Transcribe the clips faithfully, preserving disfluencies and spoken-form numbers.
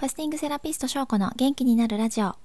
ファスティングセラピスト翔子の元気になるラジオ。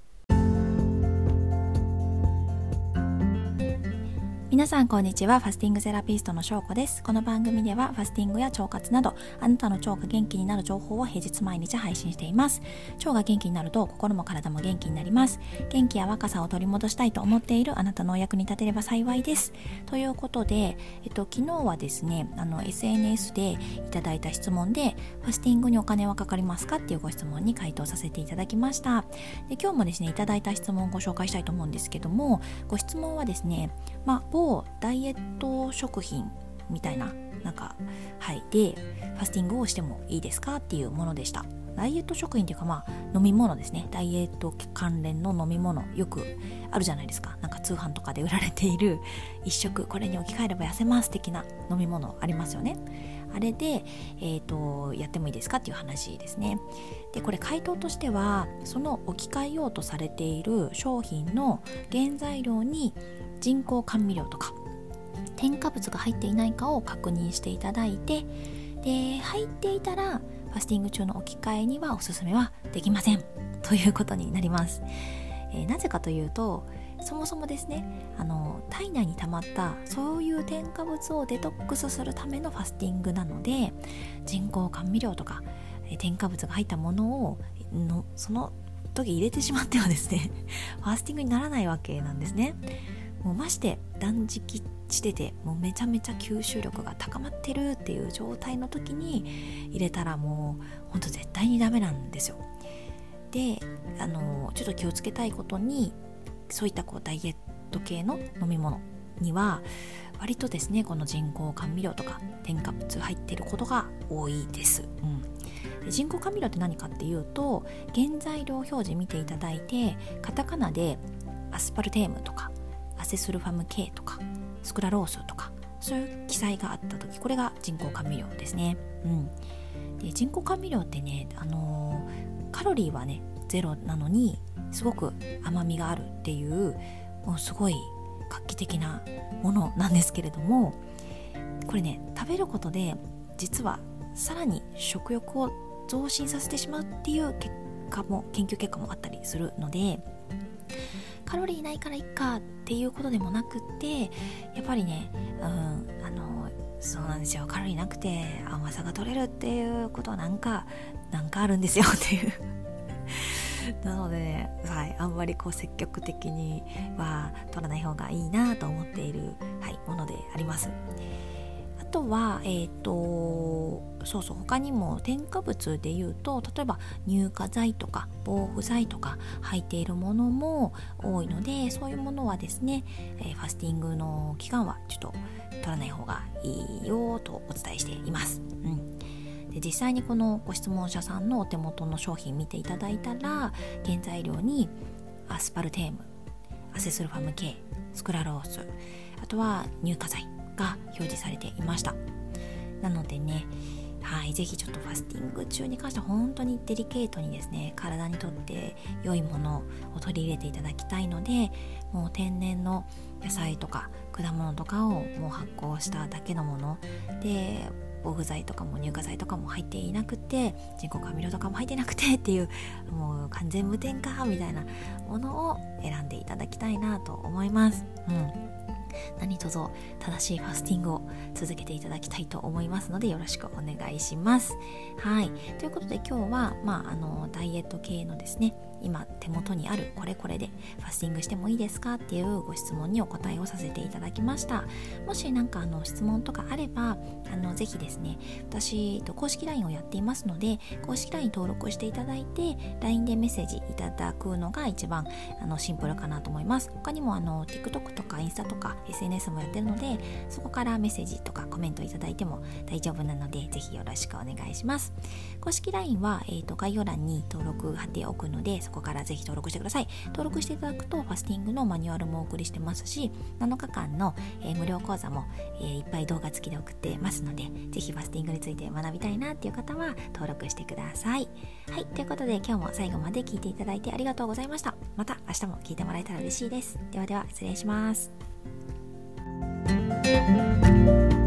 皆さんこんにちは。ファスティングセラピストの翔子です。この番組ではファスティングや腸活などあなたの腸が元気になる情報を平日毎日配信しています。腸が元気になると心も体も元気になります。元気や若さを取り戻したいと思っているあなたのお役に立てれば幸いです。ということで、えっと、昨日はですねあの エスエヌエス でいただいた質問でファスティングにお金はかかりますかっていうご質問に回答させていただきました。で今日もですねいただいた質問をご紹介したいと思うんですけども、ご質問はですねまあ某ダイエット食品みたいななんかはいでファスティングをしてもいいですかっていうものでした。ダイエット食品っていうかまあ飲み物ですね。ダイエット関連の飲み物よくあるじゃないですか。なんか通販とかで売られている一食これに置き換えれば痩せます的な飲み物ありますよね。あれで、えーと、やってもいいですかっていう話ですね。でこれ回答としてはその置き換えようとされている商品の原材料に人工甘味料とか添加物が入っていないかを確認していただいて、で入っていたらファスティング中の置き換えにはおすすめはできませんということになります。えー、なぜかというとそもそもですねあの体内に溜まったそういう添加物をデトックスするためのファスティングなので、人工甘味料とか、えー、添加物が入ったものをのその時入れてしまってはですねファスティングにならないわけなんですね。もうまして断食しててもうめちゃめちゃ吸収力が高まってるっていう状態の時に入れたらもうほんと絶対にダメなんですよ。であのちょっと気をつけたいことに、そういったこうダイエット系の飲み物には割とですねこの人工甘味料とか添加物入っていることが多いです。うん、で人工甘味料って何かっていうと、原材料表示見ていただいてカタカナでアスパルテームとかアセスルファム K とかスクラロースとかそういう記載があった時、これが人工甘味料ですね。うん、で人工甘味料ってね、あのー、カロリーはねゼロなのにすごく甘みがあるっていうもうすごい画期的なものなんですけれども、これね食べることで実はさらに食欲を増進させてしまうっていう結果も研究結果もあったりするので、カロリーないからいっかっていうことでもなくって、やっぱりね、うん、あのそうなんですよ、カロリーなくて甘さが取れるっていうことはなんかなんかあるんですよっていうなので、ね、はい、あんまりこう積極的には取らない方がいいなと思っている、はい、ものであります。あとは、えーと、そうそう他にも添加物でいうと、例えば乳化剤とか防腐剤とか入っているものも多いので、そういうものはですね、えー、ファスティングの期間はちょっと取らない方がいいよとお伝えしています。うん、で実際にこのご質問者さんのお手元の商品見ていただいたら、原材料にアスパルテーム、アセスルファム K、スクラロース、あとは乳化剤が表示されていました。なのでね、はい、ぜひちょっとファスティング中に関しては本当にデリケートにですね、体にとって良いものを取り入れていただきたいので、もう天然の野菜とか果物とかをもう発酵しただけのもので、防腐剤とかも乳化剤とかも入っていなくて、人工甘味料とかも入っていなくてっていう、もう完全無添加みたいなものを選んでいただきたいなと思います。うん、何卒正しいファスティングを続けていただきたいと思いますので、よろしくお願いします。はい、ということで今日は、まあ、あのダイエット系のですね、今手元にあるこれこれでファスティングしてもいいですかっていうご質問にお答えをさせていただきました。もし何かあの質問とかあれば、あのぜひですね、私公式 ライン をやっていますので、公式 ライン 登録していただいて ライン でメッセージいただくのが一番あのシンプルかなと思います。他にもあの TikTok とかインスタとか エスエヌエス もやってるので、そこからメッセージとかコメントいただいても大丈夫なので、ぜひよろしくお願いします。公式 ライン は、えーと、概要欄に登録貼っておくので、そこからぜひ登録してください。登録していただくとファスティングのマニュアルもお送りしてますし、なのかかんの、えー、無料講座も、えー、いっぱい動画付きで送ってますので、ぜひファスティングについて学びたいなっていう方は登録してください。はい、ということで今日も最後まで聞いていただいてありがとうございました。また明日も聞いてもらえたら嬉しいです。ではでは失礼します。